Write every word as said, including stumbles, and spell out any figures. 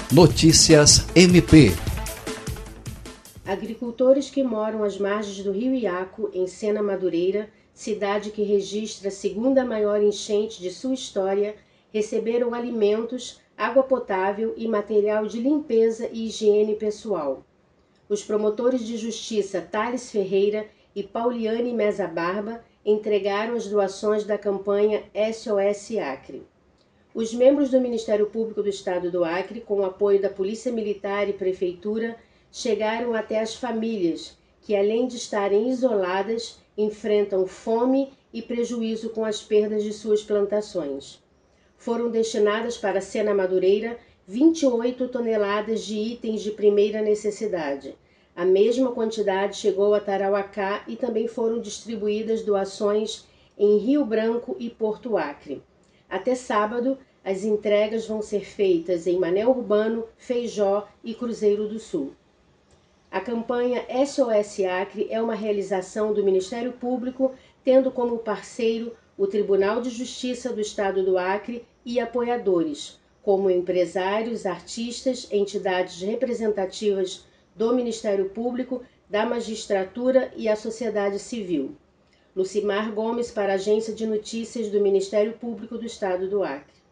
Notícias M P. Agricultores que moram às margens do rio Iaco, em Sena Madureira, cidade que registra a segunda maior enchente de sua história, receberam alimentos, água potável e material de limpeza e higiene pessoal. Os promotores de justiça Thales Ferreira e Pauliane Meza Barba entregaram as doações da campanha S O S Acre. Os membros do Ministério Público do Estado do Acre, com o apoio da Polícia Militar e Prefeitura, chegaram até as famílias que, além de estarem isoladas, enfrentam fome e prejuízo com as perdas de suas plantações. Foram destinadas para Sena Madureira vinte e oito toneladas de itens de primeira necessidade. A mesma quantidade chegou a Tarauacá e também foram distribuídas doações em Rio Branco e Porto Acre. Até sábado, as entregas vão ser feitas em Mané Urbano, Feijó e Cruzeiro do Sul. A campanha S O S Acre é uma realização do Ministério Público, tendo como parceiro o Tribunal de Justiça do Estado do Acre e apoiadores, como empresários, artistas, entidades representativas do Ministério Público, da Magistratura e a sociedade civil. Lucimar Gomes, para a Agência de Notícias do Ministério Público do Estado do Acre.